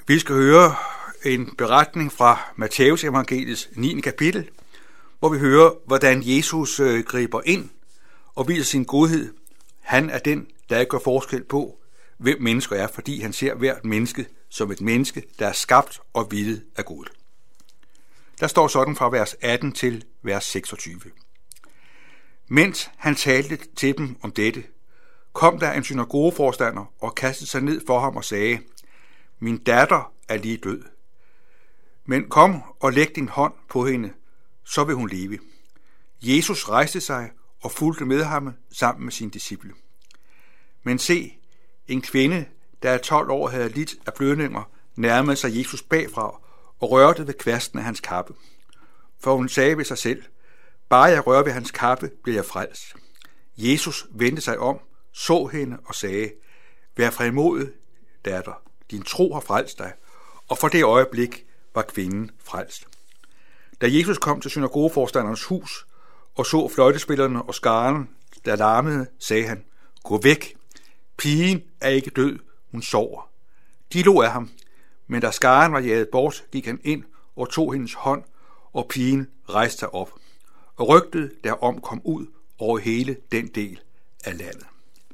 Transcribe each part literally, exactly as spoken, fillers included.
Vi skal høre en beretning fra Matthæus evangeliets niende kapitel, hvor vi hører, hvordan Jesus øh, griber ind og viser sin godhed. Han er den, der ikke gør forskel på, hvem mennesker er, fordi han ser hvert menneske som et menneske, der er skabt og villet af Gud. Der står sådan fra vers atten til vers seksogtyve. Mens han talte til dem om dette, kom der en synagogeforstander og kastede sig ned for ham og sagde: Min datter er lige død, men kom og læg din hånd på hende, så vil hun leve. Jesus rejste sig og fulgte med ham sammen med sine disciple. Men se, en kvinde, der er tolv år havde lidt af blødninger, nærmede sig Jesus bagfra og rørte ved kvasten af hans kappe. For hun sagde ved sig selv: Bare jeg rører ved hans kappe, bliver jeg frelst. Jesus vendte sig om, så hende og sagde: Vær frimodig, datter, din tro har frelst dig. Og for det øjeblik var kvinden frelst. Da Jesus kom til synagogeforstanderens hus og så fløjtespillerne og skaren, der larmede, sagde han: Gå væk, pigen er ikke død, hun sover. De lå af ham, men da skaren var jaget bort, gik han ind og tog hendes hånd, og pigen rejste sig op. Og rygtet derom kom ud over hele den del af landet.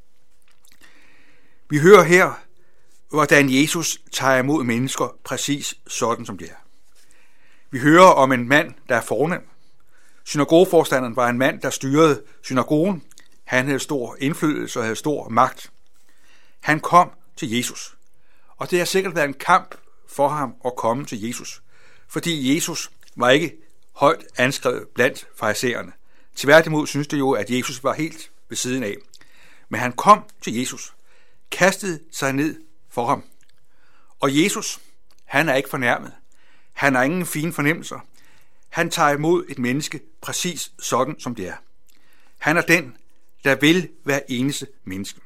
Vi hører her, hvordan Jesus tager imod mennesker præcis sådan, som det er. Vi hører om en mand, der er fornem. Synagogeforstanderen var en mand, der styrede synagogen. Han havde stor indflydelse og havde stor magt. Han kom til Jesus, og det har sikkert været en kamp for ham at komme til Jesus, fordi Jesus var ikke højt anskrevet blandt farisæerne. Tværtimod synes det jo, at Jesus var helt ved siden af. Men han kom til Jesus, kastede sig ned for ham. Og Jesus, han er ikke fornærmet. Han har ingen fine fornemmelser. Han tager imod et menneske præcis sådan, som det er. Han er den, der vil hver eneste menneske.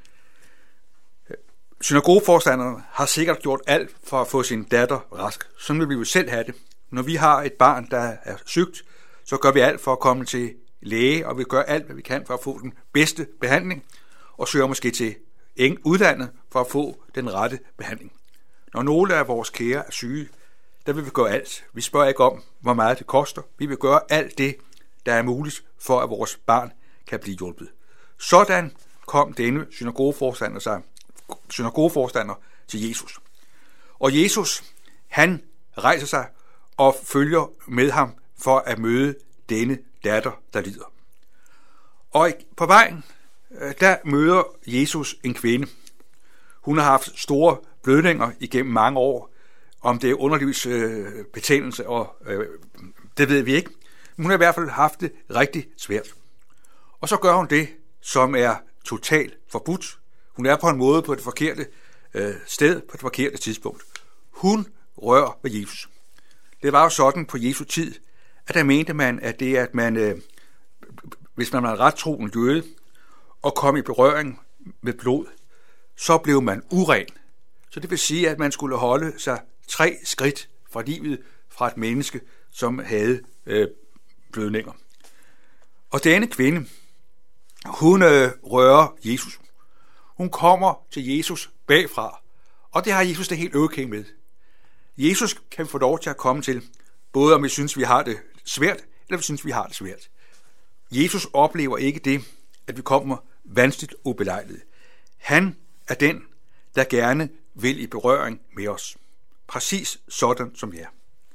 Synagogeforstanderne har sikkert gjort alt for at få sin datter rask. Sådan vil vi jo selv have det. Når vi har et barn, der er sygt, så gør vi alt for at komme til læge, og vi gør alt, hvad vi kan for at få den bedste behandling, og søger måske til udlandet for at få den rette behandling. Når nogle af vores kære er syge, der vil vi gøre alt. Vi spørger ikke om, hvor meget det koster. Vi vil gøre alt det, der er muligt for, at vores barn kan blive hjulpet. Sådan kom denne synagogeforstander, sig, synagogeforstander til Jesus. Og Jesus, han rejser sig og følger med ham for at møde denne datter, der lider. Og på vejen, der møder Jesus en kvinde. Hun har haft store blødninger igennem mange år. Om det er underlivsbetændelse, øh, og øh, det ved vi ikke. Men hun har i hvert fald haft det rigtig svært. Og så gør hun det, som er totalt forbudt. Hun er på en måde på det forkerte øh, sted, på det forkerte tidspunkt. Hun rører ved Jesus. Det var jo sådan på Jesu tid, at der mente man, at det at man, øh, hvis man var ret troende jøde, og kom i berøring med blod, så blev man uren. Så det vil sige, at man skulle holde sig tre skridt fra livet fra et menneske, som havde øh, blødninger. Og denne kvinde, hun øh, rører Jesus. Hun kommer til Jesus bagfra, og det har Jesus det helt okay med. Jesus kan få lov til at komme til, både om vi synes, vi har det svært, eller vi synes, vi har det svært. Jesus oplever ikke det, at vi kommer vanskeligt ubelejligt. Han er den, der gerne vil i berøring med os. Præcis sådan, som vi er.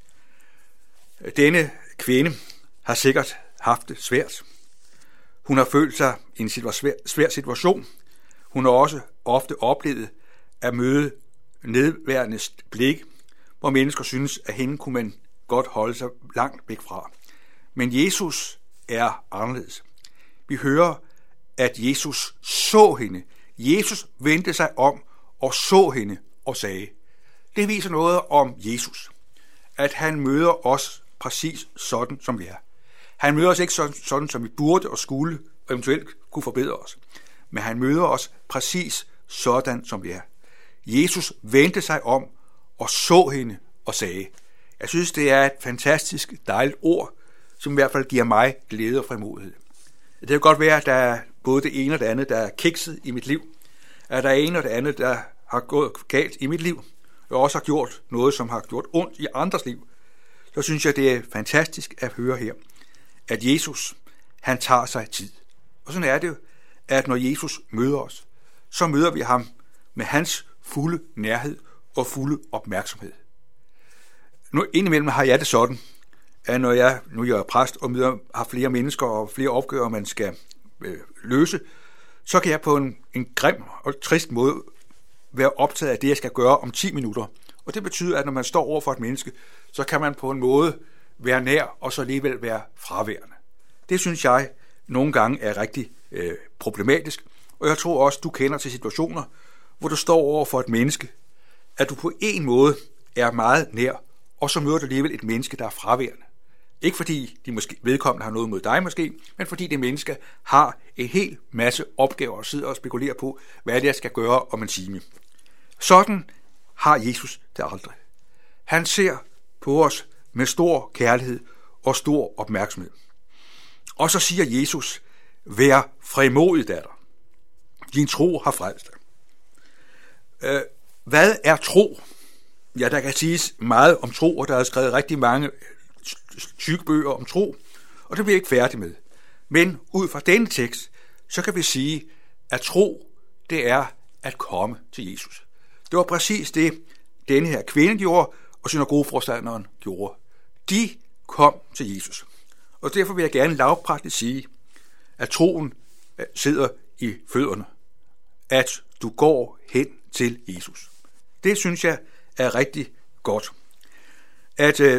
Denne kvinde har sikkert haft det svært. Hun har følt sig i en svær situation. Hun har også ofte oplevet at møde nedværende blik, hvor mennesker synes, at hende kunne man godt holde sig langt væk fra. Men Jesus er anderledes. Vi hører, at Jesus så hende. Jesus vendte sig om og så hende og sagde. Det viser noget om Jesus, at han møder os præcis sådan, som vi er. Han møder os ikke sådan, sådan som vi burde og skulle, og eventuelt kunne forbedre os. Men han møder os præcis sådan, som vi er. Jesus vendte sig om og så hende og sagde. Jeg synes, det er et fantastisk dejligt ord, som i hvert fald giver mig glæde og frimodighed. Det kan godt være, at der er både det ene og det andet, der er kikset i mit liv. At der er ene og det andet, der har gået galt i mit liv. og også har gjort noget, som har gjort ondt i andres liv, så synes jeg, det er fantastisk at høre her, at Jesus, han tager sig tid. Og sådan er det jo, at når Jesus møder os, så møder vi ham med hans fulde nærhed og fulde opmærksomhed. Nu indimellem har jeg det sådan, at når jeg nu jeg er præst og møder, har flere mennesker og flere opgaver, man skal øh, løse, så kan jeg på en, en grim og trist måde være optaget af det, jeg skal gøre om ti minutter. Og det betyder, at når man står over for et menneske, så kan man på en måde være nær og så alligevel være fraværende. Det synes jeg nogle gange er rigtig øh, problematisk, og jeg tror også, du kender til situationer, hvor du står over for et menneske, at du på en måde er meget nær, og så møder du alligevel et menneske, der er fraværende. Ikke fordi de måske vedkommende har noget mod dig måske, men fordi det menneske har en hel masse opgaver og sidder og spekulerer på, hvad det er, jeg skal gøre om en time. Sådan har Jesus det aldrig. Han ser på os med stor kærlighed og stor opmærksomhed. Og så siger Jesus, vær frimodig, datter. Din tro har frelst dig. Øh, hvad er tro? Ja, der kan siges meget om tro, og der er skrevet rigtig mange tykke bøger om tro, og det bliver ikke færdig med. Men ud fra denne tekst, så kan vi sige, at tro, det er at komme til Jesus. Det var præcis det, denne her kvinde gjorde, og synagogeforstanderen gjorde. De kom til Jesus. Og derfor vil jeg gerne lavpraktisk sige, at troen sidder i fødderne. At du går hen til Jesus. Det synes jeg er rigtig godt. At øh,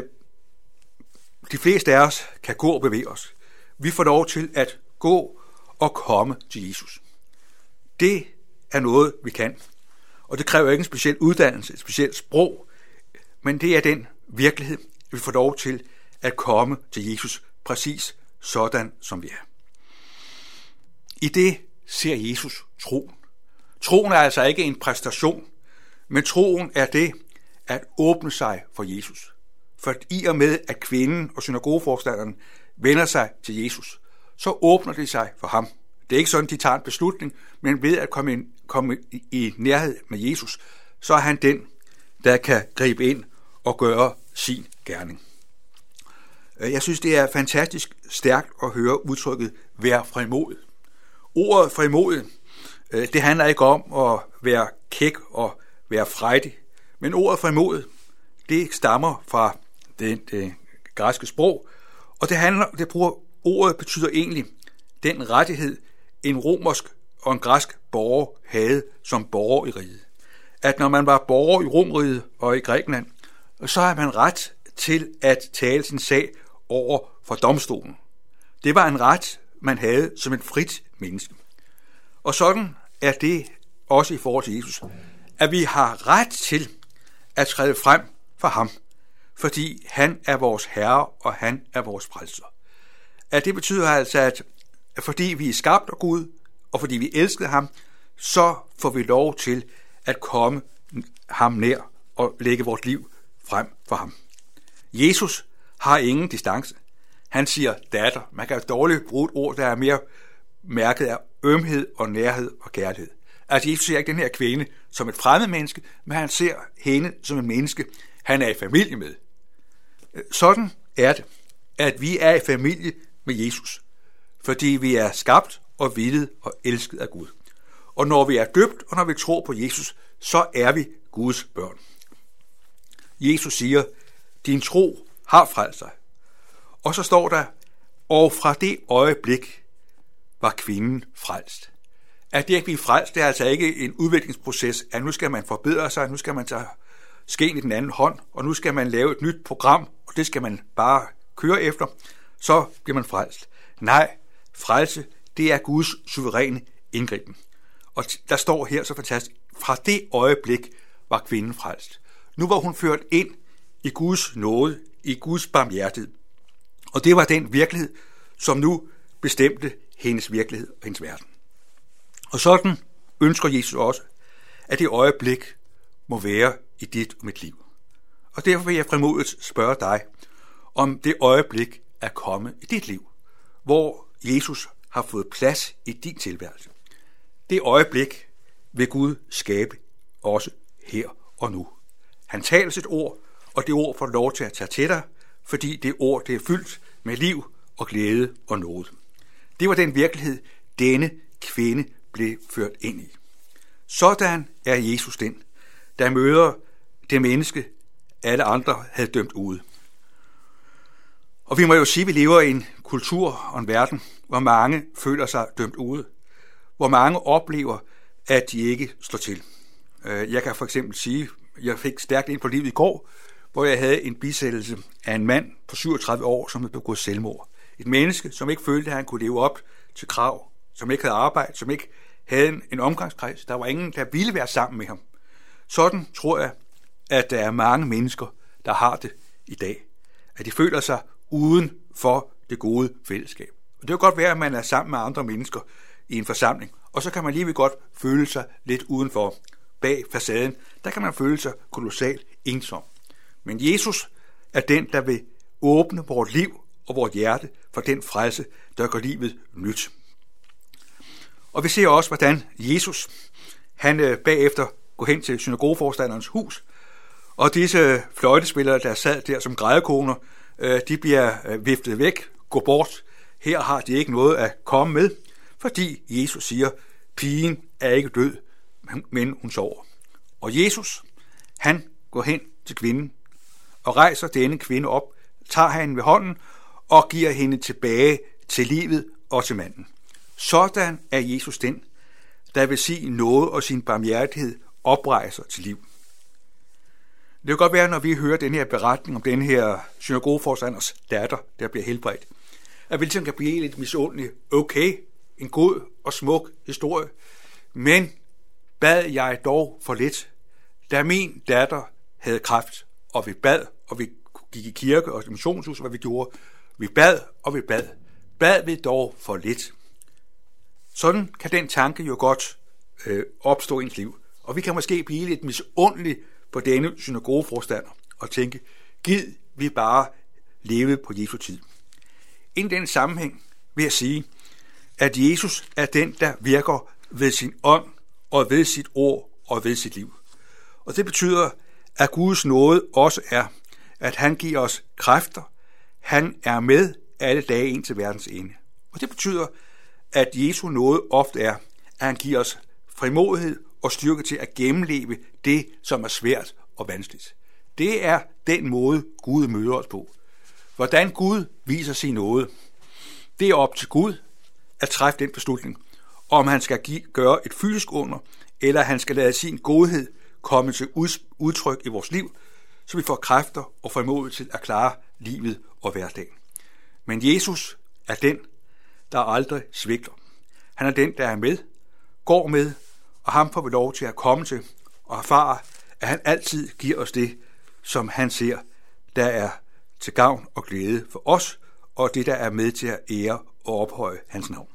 de fleste af os kan gå og bevæge os. Vi får lov til at gå og komme til Jesus. Det er noget, vi kan. Og det kræver ikke en speciel uddannelse, et specielt sprog, men det er den virkelighed, vi får lov til at komme til Jesus, præcis sådan som vi er. I det ser Jesus troen. Troen er altså ikke en præstation, men troen er det at åbne sig for Jesus. For i og med, at kvinden og synagogeforstanderen vender sig til Jesus, så åbner de sig for ham. Det er ikke sådan, de tager en beslutning, men ved at komme, ind, komme i nærhed med Jesus, så er han den, der kan gribe ind og gøre sin gerning. Jeg synes, det er fantastisk stærkt at høre udtrykket vær frimodig. Ordet frimodig, det handler ikke om at være kæk og være frejdig, men ordet frimodig, det stammer fra det, det græske sprog, og det handler, det bruger, ordet betyder egentlig den rettighed, en romersk og en græsk borger havde som borger i riget. At når man var borger i Romriget og i Grækenland, så har man ret til at tale sin sag over for domstolen. Det var en ret, man havde som et frit menneske. Og sådan er det også i forhold til Jesus, at vi har ret til at træde frem for ham, fordi han er vores herre, og han er vores frelser. At det betyder altså, at fordi vi er skabt af Gud, og fordi vi elskede ham, så får vi lov til at komme ham nær og lægge vores liv frem for ham. Jesus har ingen distance. Han siger datter. Man kan dårligt bruge et ord, der er mere mærket af ømhed og nærhed og kærlighed. Altså Jesus ser ikke den her kvinde som et fremmed menneske, men han ser hende som et menneske, han er i familie med. Sådan er det, at vi er i familie med Jesus, fordi vi er skabt og villet og elsket af Gud. Og når vi er døbt, og når vi tror på Jesus, så er vi Guds børn. Jesus siger, din tro har frelst dig. Og så står der, og fra det øjeblik var kvinden frelst. At det at blive frelst, det er altså ikke en udviklingsproces, at nu skal man forbedre sig, nu skal man tage skeen i den anden hånd, og nu skal man lave et nyt program, og det skal man bare køre efter, så bliver man frelst. Nej, frelse, det er Guds suveræne indgriben. Og der står her så fantastisk, fra det øjeblik var kvinden frelst. Nu var hun ført ind i Guds nåde, i Guds barmhjertighed. Og det var den virkelighed, som nu bestemte hendes virkelighed og hendes verden. Og sådan ønsker Jesus også, at det øjeblik må være i dit og mit liv. Og derfor vil jeg frimodigt spørge dig, om det øjeblik er kommet i dit liv, hvor Jesus har fået plads i din tilværelse. Det øjeblik vil Gud skabe også her og nu. Han taler sit ord, og det ord får lov til at tage til dig, fordi det ord det er fyldt med liv og glæde og nåde. Det var den virkelighed, denne kvinde blev ført ind i. Sådan er Jesus den, der møder det menneske, alle andre havde dømt ude. Og vi må jo sige, at vi lever i en kultur og en verden, hvor mange føler sig dømt ude. Hvor mange oplever, at de ikke slår til. Jeg kan for eksempel sige, at jeg fik stærkt ind på livet i går, hvor jeg havde en bisættelse af en mand på syvogtredive år, som havde begået selvmord. Et menneske, som ikke følte, at han kunne leve op til krav, som ikke havde arbejde, som ikke havde en, en omgangskreds. Der var ingen, der ville være sammen med ham. Sådan tror jeg, at der er mange mennesker, der har det i dag. At de føler sig uden for det gode fællesskab. Og det kan godt være, at man er sammen med andre mennesker i en forsamling, og så kan man lige godt føle sig lidt udenfor. Bag facaden, der kan man føle sig kolossalt ensom. Men Jesus er den, der vil åbne vores liv og vores hjerte for den frelse, der gør livet nyt. Og vi ser også, hvordan Jesus, han bagefter går hen til synagogeforstanderens hus, og disse fløjtespillere, der sad der som grædekoner, de bliver viftet væk, gå bort. Her har de ikke noget at komme med, fordi Jesus siger, pigen er ikke død, men hun sover. Og Jesus, han går hen til kvinden og rejser denne kvinde op, tager hende ved hånden og giver hende tilbage til livet og til manden. Sådan er Jesus den, der vil sige noget og sin barmhjertighed oprejser til liv. Det kan godt være, når vi hører den her beretning om den her synagogeforstanders datter, der bliver helbredt, at vi ligesom kan blive lidt misundelige. Okay, en god og smuk historie, men bad jeg dog for lidt, da min datter havde kræft, og vi bad, og vi gik i kirke og missionshus, hvad vi gjorde. Vi bad, og vi bad. Bad vi dog for lidt. Sådan kan den tanke jo godt øh, opstå i ens liv. Og vi kan måske blive lidt misundelige på denne synagogeforstander og tænke, gid vi bare levede på Jesu tid. Inden den sammenhæng vil jeg sige, at Jesus er den, der virker ved sin ånd og ved sit ord og ved sit liv. Og det betyder, at Guds nåde også er, at han giver os kræfter. Han er med alle dage ind til verdens ende. Og det betyder, at Jesu nåde ofte er, at han giver os frimodighed og styrke til at gennemleve det, som er svært og vanskeligt. Det er den måde, Gud møder os på. Hvordan Gud viser sin nåde, det er op til Gud at træffe den beslutning, om han skal give, gøre et fysisk under, eller han skal lade sin godhed komme til udtryk i vores liv, så vi får kræfter og frimodighed til at klare livet og hverdagen. Men Jesus er den, der aldrig svigter. Han er den, der er med, går med, og ham får vi lov til at komme til og erfare, at han altid giver os det, som han ser, der er til gavn og glæde for os, og det, der er med til at ære og ophøje hans navn.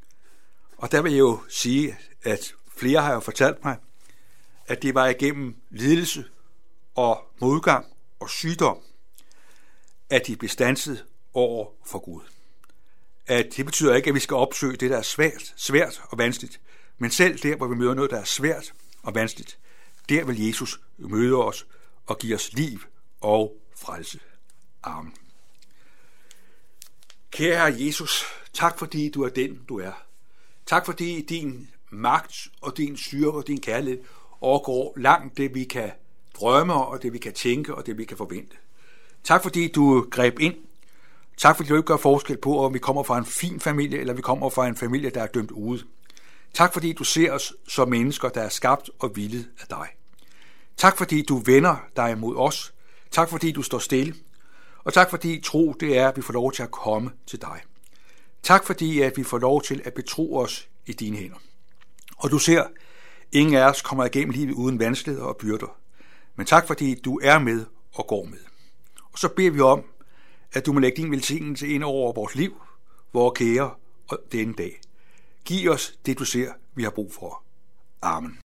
Og der vil jeg jo sige, at flere har jo fortalt mig, at det var igennem lidelse og modgang og sygdom, at de blev standset over for Gud. At det betyder ikke, at vi skal opsøge det, der er svært, svært og vanskeligt, men selv der, hvor vi møder noget, der er svært og vanskeligt, der vil Jesus møde os og give os liv og frelse. Amen. Kære Jesus, tak fordi du er den, du er. Tak fordi din magt og din styrke og din kærlighed overgår langt det, vi kan drømme og det, vi kan tænke og det, vi kan forvente. Tak fordi du greb ind. Tak fordi du ikke gør forskel på, om vi kommer fra en fin familie, eller vi kommer fra en familie, der er dømt ude. Tak fordi du ser os som mennesker, der er skabt og villet af dig. Tak fordi du vender dig imod os. Tak fordi du står stille. Og tak fordi tro, det er, at vi får lov til at komme til dig. Tak fordi, at vi får lov til at betro os i dine hænder. Og du ser, ingen af os kommer igennem livet uden vanskeligheder og byrder. Men tak fordi du er med og går med. Og så beder vi om, at du må lægge din velsignelse ind over vores liv, vores kære og denne dag. Giv os det, du ser, vi har brug for. Amen.